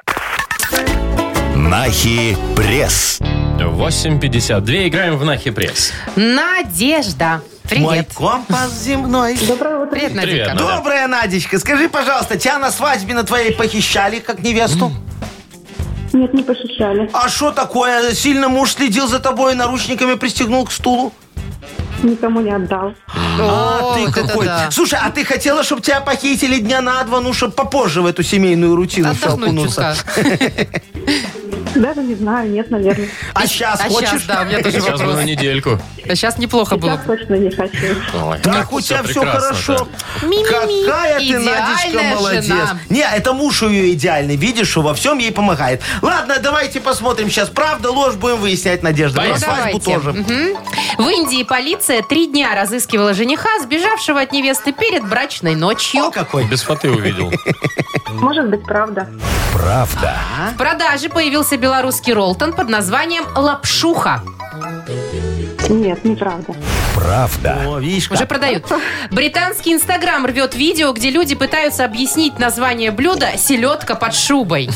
Нахи пресс. 8:52. Играем в Нахи Пресс. Надежда. Мой Привет. компас земной. Привет, Привет, Наденька. Надя. Добрая, Надечка, скажи, пожалуйста, тебя на свадьбе на твоей похищали, как невесту? Нет, не похищали. А что такое? Сильно муж следил за тобой, наручниками пристегнул к стулу? Никому не отдал. О, ты вот это какой. да. Слушай, а ты хотела, чтобы тебя похитили дня на два, ну, чтобы попозже в эту семейную рутину все Отдохнуть окунуться? чутка. Даже не знаю, нет, наверное. А сейчас А хочешь? сейчас, да, у меня тоже Сейчас бы вопрос. на недельку. А сейчас неплохо было Сейчас бы. точно не хочу. Ой, Так у тебя все хорошо. Ми-ми-ми. Какая ты, Идеальная Надечка, молодец. жена. Не, это муж ее идеальный. Видишь, что во всем ей помогает. Ладно, давайте посмотрим сейчас. Правда, ложь будем выяснять, Надежда. Про Поехали. свадьбу Давайте. тоже. Мгм. В Индии полиция 3 дня разыскивала жениха, сбежавшего от невесты перед брачной О, ночью. какой. Без фаты увидел. Может быть, правда. Правда. В продаже появился белорусский роллтон под названием «Лапшуха». Нет, неправда. Правда. О, видишь, Уже как. продают. Британский Инстаграм рвет видео, где люди пытаются объяснить название блюда «селедка под шубой».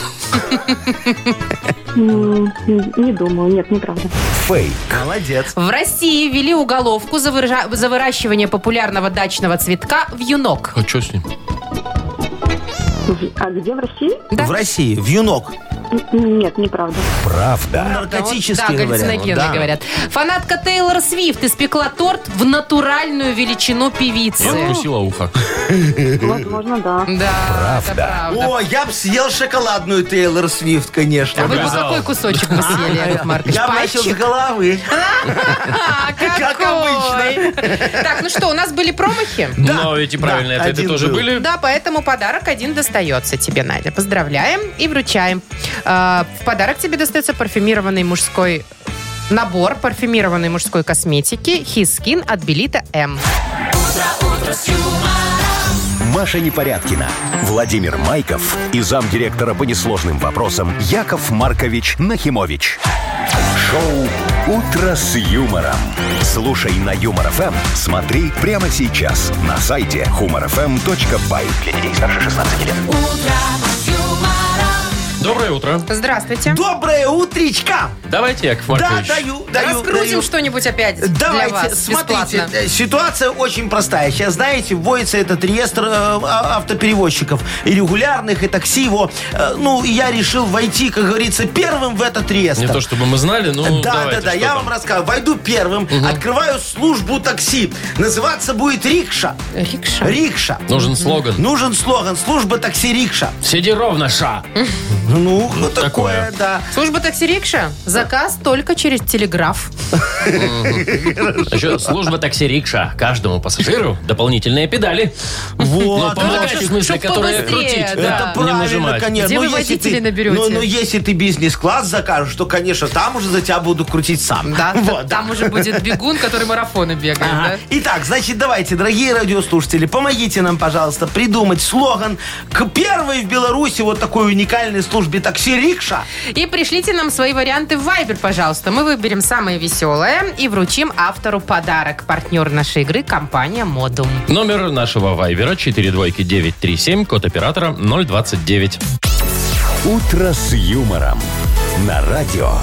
Не думаю, нет, неправда. Фейк. Молодец. В России ввели уголовку за выращивание популярного дачного цветка вьюнок. А что с ним? А где в России? Да. В России, вьюнок. Нет, неправда. Правда. Наркотический, Да, говорят. галлюциногенные, Да. говорят. Фанатка Тейлор Свифт испекла торт в натуральную величину певицы. Я откусила ухо. Возможно, да. Да, это правда. О, я бы съел шоколадную Тейлор Свифт, конечно. А вы бы Обрезал. какой кусочек бы съели, Яков Маркович? Я бы начал с Пальчик? головы. А, Как какой? Так, ну что, у нас были промахи? Но эти правильные да, ответы один тоже был. были. Да, поэтому подарок один достается тебе, Надя. Поздравляем и вручаем. В подарок тебе достается парфюмированный мужской набор парфюмированной мужской косметики His Skin от Белита М. Маша Непорядкина, Владимир Майков и замдиректора по несложным вопросам Яков Маркович Нахимович. Шоу «Утро с юмором». Слушай на Юмор ФМ, смотри прямо сейчас на сайте humorfm.by. Для детей старше 16 лет. Доброе утро. Здравствуйте. Доброе утречка. Давайте, Яков Да, Маркович. даю. Раскрутим что-нибудь опять для Давайте, вас смотрите, бесплатно. ситуация очень простая. Сейчас, знаете, вводится этот реестр автоперевозчиков и регулярных, и такси. Ну, и я решил войти, как говорится, первым в этот реестр. Не то чтобы мы знали, но Да, давайте, что я там? вам рассказываю. Войду первым, открываю службу такси. Называться будет Рикша. Рикша. Рикша. Нужен слоган. Нужен слоган. Служба такси Рикша. Сиди ровно, ша. Ну, такое, такое. да. Служба такси-рикша. Заказ только через телеграф. Еще служба такси-рикша. Каждому пассажиру дополнительные педали. Вот. Ну, помогать, в смысле, чтоб которые побыстрее, крутить. да. Это Не правильно, нажимать. конечно. Где Ну, вы если водителей ты- наберете? Ну, если ты бизнес-класс закажешь, то, конечно, там уже за тебя буду крутить сам. Да, Вот, там уже будет бегун, который марафоны бегает, Ага. да? Итак, значит, давайте, дорогие радиослушатели, помогите нам, пожалуйста, придумать слоган к первой в Беларуси вот такой уникальной службе такси-рикша. И пришлите нам свои варианты в Viber, пожалуйста. Мы выберем самое веселое и вручим автору подарок. Партнер нашей игры – компания «Модум». Номер нашего вайбера 42937, код оператора 029. «Утро с юмором» на радио.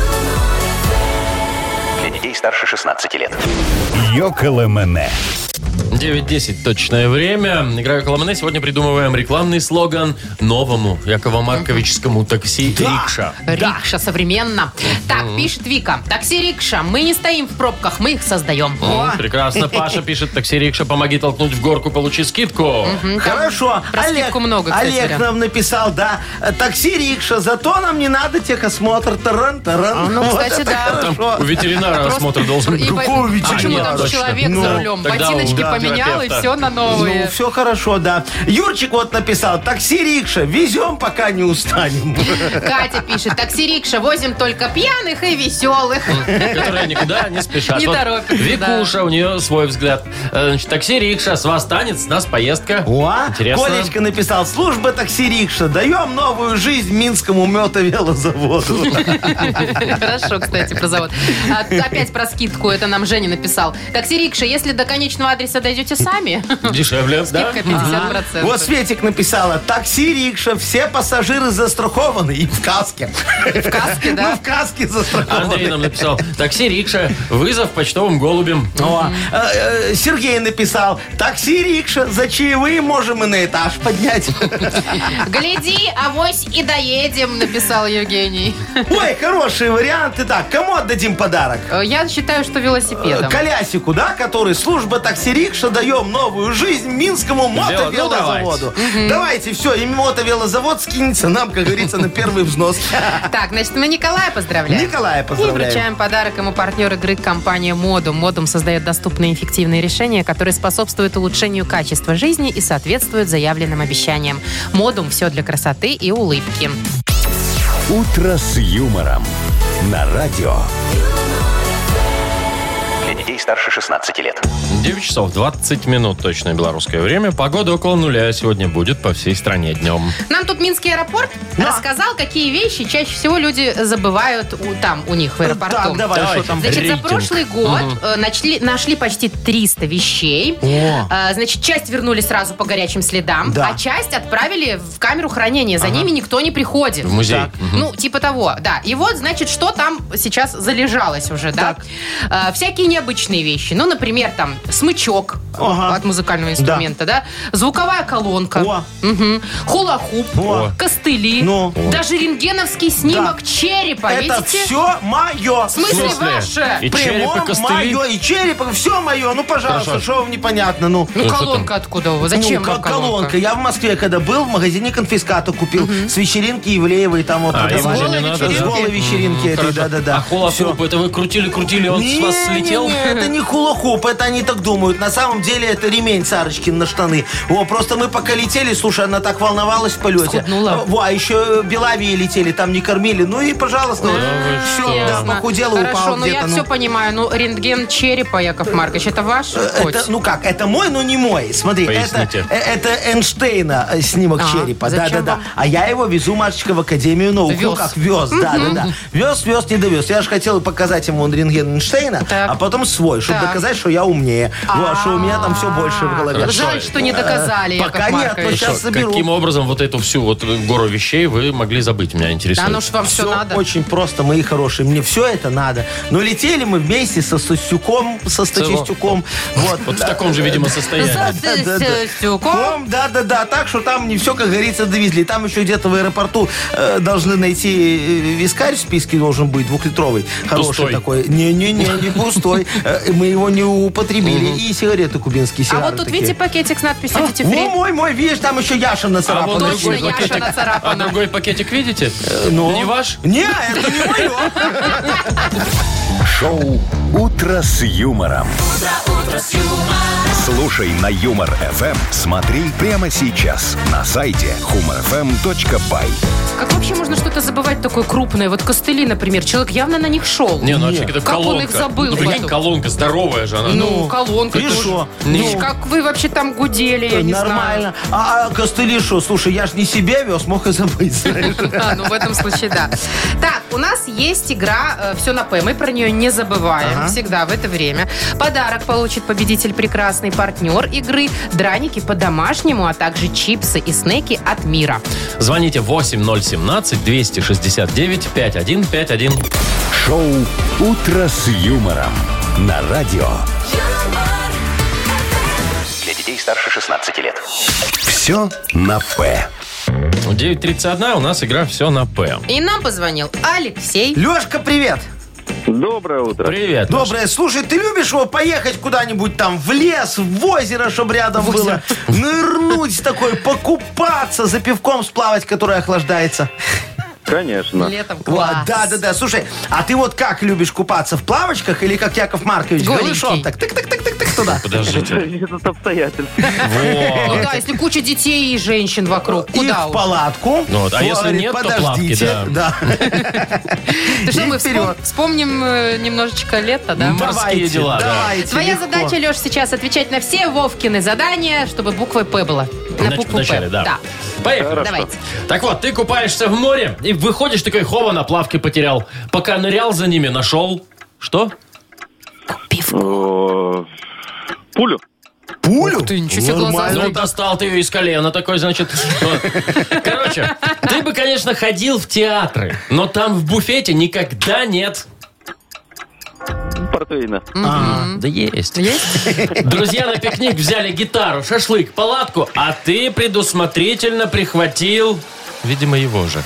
Для детей старше 16 лет. Йоколэмэне. 9:10 точное время. Играю Коломане. Сегодня придумываем рекламный слоган новому Якова Марковичскому такси-рикша. Рикша современно. Так, пишет Вика. Такси-рикша. Мы не стоим в пробках, мы их создаем. Прекрасно. Паша пишет, такси-рикша, помоги толкнуть в горку, получи скидку. Хорошо. про скидку много, кстати Олег говоря. нам написал, да, такси-рикша, зато нам не надо техосмотр. Таран-таран. Ну, Вот кстати, это да. Там хорошо. у ветеринара осмотр должен быть. Какого Почему ветеринара? там человек Точно. за Ну, рулем? тогда Ботиночки да, поменял, и терапевта. все на Ну, новые. все хорошо, да. Юрчик вот написал, такси-рикша, везем, пока не устанем. Катя пишет, такси-рикша, возим только пьяных и веселых. Которые никуда не спешат. Не Вот торопятся, Викуша, у нее свой взгляд. Значит, такси-рикша, с вас станет, с нас поездка. О, Интересно. Колечка написал, служба такси-рикша, даем новую жизнь Минскому мотовелозаводу. Хорошо, кстати, про завод. Опять про скидку, это нам Женя написал. Такси-рикша, если до конечного адреса дойдете сами, Дешевле, да? скидка 50%. Вот Светик написала, такси-рикша, все пассажиры застрахованы и в каске. В каске, Ну, да? в каске Андрей застрахованы. нам написал, такси-рикша, вызов почтовым голубем. О, Сергей написал, такси-рикша, за чаевые можем и на этаж поднять. Гляди, авось и доедем, написал Евгений. Ой, хорошие варианты. Так, кому отдадим подарок? Я считаю, что велосипедом. Колясику, да, который служба такси-рикша, даем новую жизнь Минскому мотовелозаводу. Давайте, все, и мотовелозавод скинется нам, как говорится, на первый взнос. Так, значит, мы Николая поздравляем. Николая И поздравляем. вручаем подарок ему партнер игры компания «Модум». «Модум» создает доступные и эффективные решения, которые способствуют улучшению качества жизни и соответствуют заявленным обещаниям. «Модум» – все для красоты и улыбки. «Утро с юмором» на радио. Для детей старше 16 лет. 9 часов 20 минут точное белорусское время. Погода около нуля сегодня будет по всей стране днем. Нам тут Минский аэропорт рассказал, какие вещи чаще всего люди забывают у них в аэропорту. Так, давай, Давайте. что там? Значит, за Рейтинг. прошлый год нашли почти 300 вещей. Значит, часть вернули сразу по горячим следам, Да. а часть отправили в камеру хранения. За ними никто не приходит. В музей. Ну, типа того, да. И вот, значит, что там сейчас залежалось уже, да? Всякие необычные вещи. Ну, например, там, смычок Ага. от музыкального инструмента, да? Звуковая колонка. О. Мгм. Хула-хуп. О. Костыли. Ну. Даже рентгеновский снимок черепа. Это Видите? все мое. В смысле ваше? И череп, и костыли? мое, и череп, все мое. Ну, пожалуйста, Хорошо. что вам непонятно, ну. Ну, что колонка откуда у вас? Зачем Ну, вам колонка. Я в Москве, когда был, в магазине конфиската купил. С вечеринки Ивлеевой там вот А, продавали. ему же голой не надо, вечеринки? да? С голой вечеринки этой, Хорошо. да-да-да. А хула-хуп, это вы крутили, он с вас слетел? Не, это не хула-хуп, это они так думают. На самом деле это ремень Сарочкин на штаны. О, просто мы пока летели, слушай, она так волновалась в полете. Схуднула. Во, а еще Белавии летели, там не кормили. Ну и, пожалуйста, все, да, Ясно. похудела, упала Хорошо, ну я где-то. все понимаю. Ну, рентген черепа, Яков Маркович, это ваш хоть? Это, ну как, это мой, но не мой. Смотри, Поясните. это Эйнштейна снимок А, черепа. зачем Да-да-да. вам? А я его везу, Машечка, в Академию наук. Ну Вез. как, вез, да-да-да. Вез, не довез. Я же хотел показать ему рентген Эйнштейна, Так. а потом свой, чтобы Так. доказать, что я умнее. Вот, что у меня там все больше в голове. Хорошо. Жаль, что не доказали, Яков Пока нет, но Маркович. сейчас соберу. Каким образом вот эту всю вот гору вещей вы могли забыть, меня интересует. Да ну ж вам все Все надо. очень просто, мои хорошие. Мне все это надо. Но летели мы вместе со Статистюком. Вот, Вот в таком же, видимо, состоянии. Стюком. Да. Так что там не все, как говорится, довезли. Там еще где-то в аэропорту должны найти вискарь в списке должен быть, 2-литровый. Хороший Пустой. такой. Не пустой. мы его не употребили. И сигареты кубинские, А сигары вот тут, такие. видите, пакетик с надписью «Duty Free». Мой, видишь, там еще Яша А нацарапан. вот Точно, другой Яша пакетик. нацарапана. А другой пакетик видите? Ну? Не ваш? Не, это не мое. Шоу «Утро с юмором». Слушай на Юмор ФМ, смотри прямо сейчас на сайте humorfm.by. Как вообще можно что-то забывать такое крупное? Вот костыли, например. Человек явно на них шел. Не, ну вообще это Как он колонка. их забыл Ну, прикинь, потом? колонка здоровая же она. Ну, колонка И тоже. шо? Ну, как вы вообще там гудели, я не Нормально. знаю. А костыли что? Слушай, я ж не себе вез, мог и забыть, знаешь. А, ну в этом случае да. Так, у нас есть игра «Все на П». Мы про нее не забываем всегда в это время. Подарок получит победитель прекрасный, партнер игры, драники по-домашнему, а также чипсы и снеки от Мира. Звоните 8017-269-5151. Шоу «Утро с юмором» на радио. Для детей старше 16 лет. Все на «П». 9:31, у нас игра «Все на П». И нам позвонил Алексей. Лешка, привет. Доброе утро. Привет. Маш. Доброе. Слушай, ты любишь его поехать куда-нибудь там в лес, в озеро, чтобы рядом было? Нырнуть такой, покупаться, за пивком сплавать, который охлаждается. Конечно. Летом Вот, класс. да. Слушай, а ты вот как любишь купаться? В плавочках или как Яков Маркович? Голенький. Голышом так, тык-тык-тык-тык туда. Подождите. Этот обстоятельств. Ну Вот. да, если куча детей и женщин вокруг, И куда в уж? палатку. Ну вот, а если Говорит, нет, то подождите. плавки, Да. Ты что, И мы вперед. вспомним немножечко лето, да? Морские дела, да. давайте, Твоя легко. задача, Леш, сейчас отвечать на все Вовкины задания, чтобы буквой «П» была. На букву Вначале, «П». да. Поехали. Давайте. Так вот, ты купаешься в море и выходишь такой, хова, на плавке потерял. Пока нырял за ними, нашел... Что? Пулю. Пулю? Ух ты, ничего себе, глаза Нормально. Ну, достал ты ее из колена такой, значит. Вот. Короче, ты бы, конечно, ходил в театры, но там в буфете никогда нет... Портвейна. Да есть. Есть? Друзья на пикник взяли гитару, шашлык, палатку, а ты предусмотрительно прихватил, видимо, его же.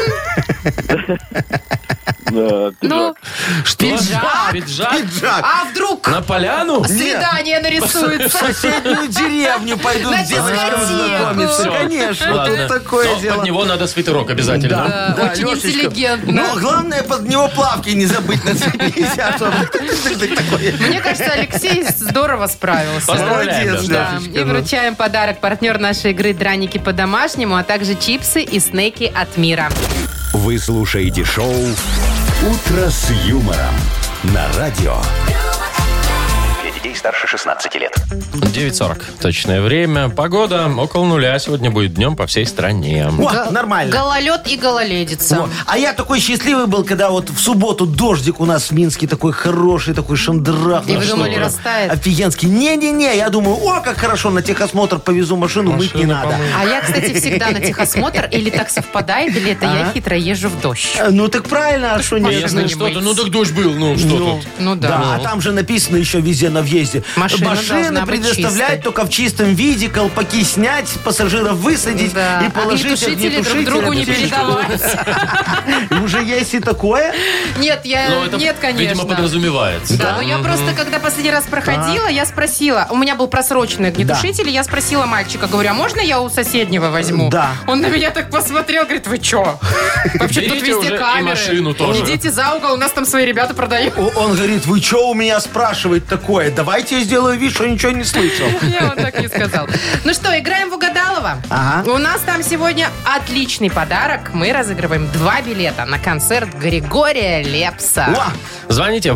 Ну, Что? Пиджак. Пиджак? Пиджак. а вдруг На поляну? свидание В нарисуется? соседнюю деревню пойдут На с девочками дискотеку. знакомиться. Всё. Конечно, Ладно. тут такое Но дело. под него надо свитерок обязательно. Да, очень Лешечка. интеллигентно. Но главное под него плавки не забыть на цепи. Такое. Мне кажется, Алексей здорово справился. Поздравляем, Молодец, Леш. Да, Лешечка, и вручаем подарок партнер нашей игры «Драники по-домашнему», а также чипсы и снеки от Мира. Вы слушаете шоу «Утро с юмором» на радио. Для детей старше 16 лет. 9:40. Точное время. Погода около нуля сегодня будет днем по всей стране. О, нормально. Гололед и гололедица. Вот. А я такой счастливый был, когда вот в субботу дождик у нас в Минске такой хороший, такой шандрах. И вы думали, что-то. растает? Офигенский. Не-не-не, я думаю, о, как хорошо, на техосмотр повезу машину, мыть не надо. А я, кстати, всегда на техосмотр, или так совпадает, или это я хитро езжу в дождь. Ну так правильно, а что А нет? если не что-то, мыть. ну так дождь был, ну что тут? Ну Да, да. а там же написано еще везде на въезде. Машина должна быть предоставлять чистой. только в чистом виде, колпаки снять, пассажиров высадить Да. и положить Огнетушители друг другу не передавать. Уже есть и такое? Нет, Ну, это, нет, конечно. видимо, подразумевается. Да, но я просто, когда последний раз проходила, я спросила, у меня был просроченный огнетушитель, и я спросила мальчика, говорю, а можно я у соседнего возьму? Да. Он на меня так посмотрел, говорит, вы чё? Вообще тут Берите уже везде и камеры. машину тоже. Идите за угол, у нас там свои ребята продают. Он говорит, вы что у меня спрашиваете такое? Давайте я сделаю вид, что ничего не слышал. Я вам так не сказал. Ну что, играем в Угадалово? Ага. У нас там сегодня отличный подарок. Мы разыгрываем 2 билета на концерт Григория Лепса. О, Звоните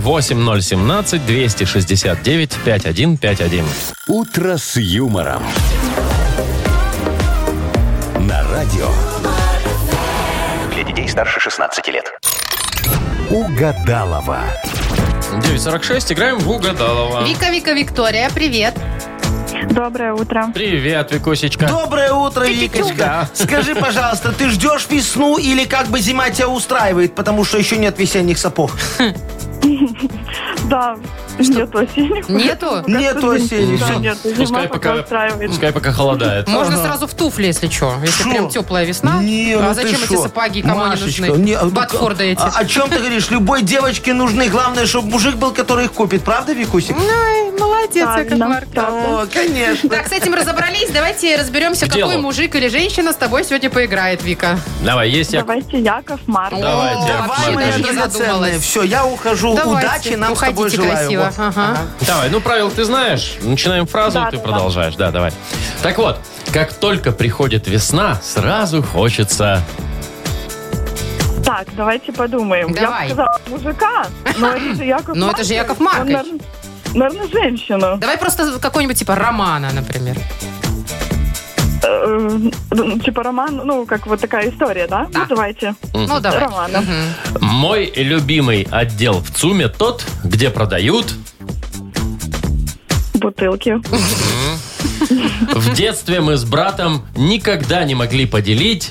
8017-269-5151. «Утро с юмором» на радио. Для детей старше 16 лет. Угадалова. 9:46, играем в Угадалова. Вика, Виктория, привет. Доброе утро. Привет, Викусечка. доброе утро, Викочка. Скажи, пожалуйста, ты ждешь весну или как бы зима тебя устраивает, потому что еще нет весенних сапог? Да, Нет осени. Нету? Нету осени. Да, Все. нет, Пускай зима пока пока, устраивает. пускай пока холодает. Можно сразу в туфли, если что. Если Шо? прям теплая весна. Не, А ну зачем ты эти шо? сапоги, кому они Машечка, нужны? не, Батфорды эти. О чем ты говоришь? Любой девочке нужны. Главное, чтобы мужик был, который их купит. Правда, Викусик? Ой, молодец, Яков Правильно, Маркович. правда. О, конечно. Так, с этим разобрались. Давайте разберемся, К какой делу. мужик или женщина с тобой сегодня поиграет, Вика. Давай, есть я... Давайте Яков Маркович. Давайте, О, Яков вообще Давай, даже моя не драгоценная. задумалась. Все, я ухожу. Давайте, Удачи нам с тобой уходите желаю. красиво. Вот. Ага. Давай, ну правила ты знаешь. Начинаем фразу, Да, ты да, продолжаешь. Да, давай. Так вот, как только приходит весна, сразу хочется... Так, давайте подумаем. Давай. Я бы сказала мужика, но это же Яков Но это же Яков Он, Маркович. наверное, женщину. Давай просто какой-нибудь типа романа, например. Типа роман, ну, как вот такая история, да? Да. Ну, давайте. Ну, давай. Романа. Мой любимый отдел в ЦУМе тот, где продают... Бутылки. В детстве мы с братом никогда не могли поделить...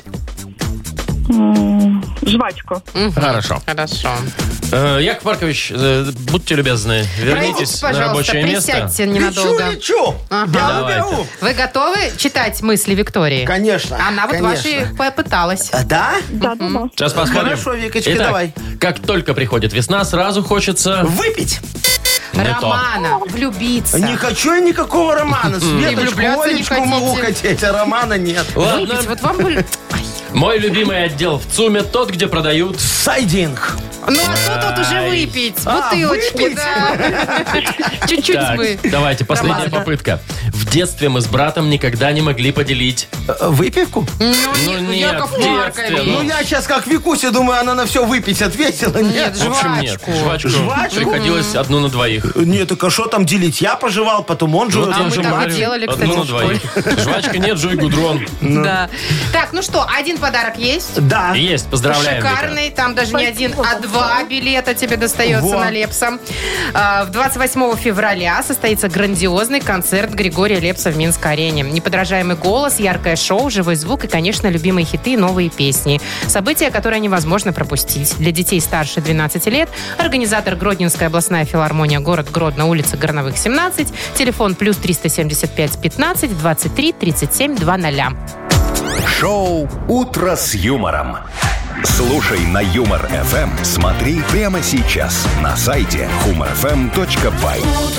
Жвачку. Хорошо. Хорошо. Яков Маркович, будьте любезны, вернитесь на Пожалуйста, рабочее место. присядьте ненадолго. Лечу. Ага. Бяу-бяу. Вы готовы читать мысли Виктории? Конечно. Она вот конечно. ваши попыталась. А, да? Да. Сейчас посмотрим. Хорошо, Викочка, Итак, давай. как только приходит весна, сразу хочется... Выпить. Не то. Романа, влюбиться. Не хочу я никакого романа. Светочку, влюбляться не Олечку могу хотите. хотеть, а романа нет. Ладно. Выпить. Вот вам бы... Мой любимый отдел в ЦУМе тот, где продают... Сайдинг. Ну, а тут уже выпить. Бутылочки, выпить? да. Чуть-чуть Так, бы. давайте, последняя Романа. попытка. В детстве мы с братом никогда не могли поделить... Выпивку? Ну, нет, Яков в детстве, Маркович. Ну, я сейчас как Викуся, думаю, она на все выпить ответила. Нет, В общем, нет. жвачку. Жвачку приходилось одну на двоих. Нет, так а что там делить? Я пожевал, потом он жует. А я мы же так и говорю, делали, кстати, одну на в школе. двоих. Жвачка нет, жуй гудрон. Да. Так, ну что, один подарок есть? Да. Есть, поздравляем, Вика. Шикарный. Там даже не один, а два билета тебе достается Во. на Лепса. В 28 февраля состоится грандиозный концерт Григория Лепса в Минской арене. Неподражаемый голос, яркое шоу, живой звук и, конечно, любимые хиты и новые песни. События, которые невозможно пропустить. Для детей старше 12 лет организатор Гродненская областная филармония, город Гродно, улица Горновых, 17, телефон плюс 375 15 23 37 00. Шоу «Утро с юмором». Слушай на Юмор ФМ. Смотри прямо сейчас на сайте humorfm.by.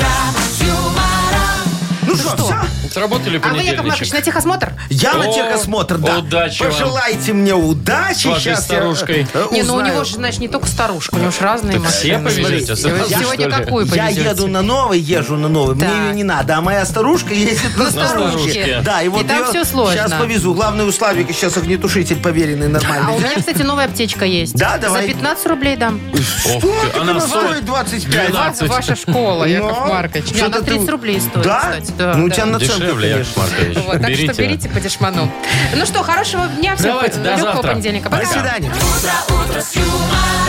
Ну что, все? Сработали А вы, Яков Маркович, на понедельничек. техосмотр? Я на О, техосмотр, да. удачи вам. Пожелайте мне удачи. С вашей Сейчас старушкой. Не, ну у узнаю. него же, значит, не только старушка, у него же разные Так все машины. повезете Смотрите, сразу, Сегодня что ли? какую Я повезете? еду на новый, езжу на новый. Мне Так. ее не надо. А моя старушка ездит на старушке. старушке. Да, и вот там ее всё сложно. сейчас повезу. Главное, у Славика сейчас огнетушитель поверенный А у нормальный. меня, кстати, новая аптечка есть. Да, давай. За 15 рублей дам. Ох Что? ты, Так она она стоит стоит 25. 12. Ваша школа, Яков Ну, Маркович. Не, что-то она 30 ты- рублей стоит, Да? кстати. Да, Ну, у да. тебя наценка, дешевле, Яков конечно. Маркович. Вот, так Берите. что берите по дешману. Ну что, хорошего дня всем. Давайте, до Легкого завтра. понедельника. До Пока. свидания. Утро с юмором.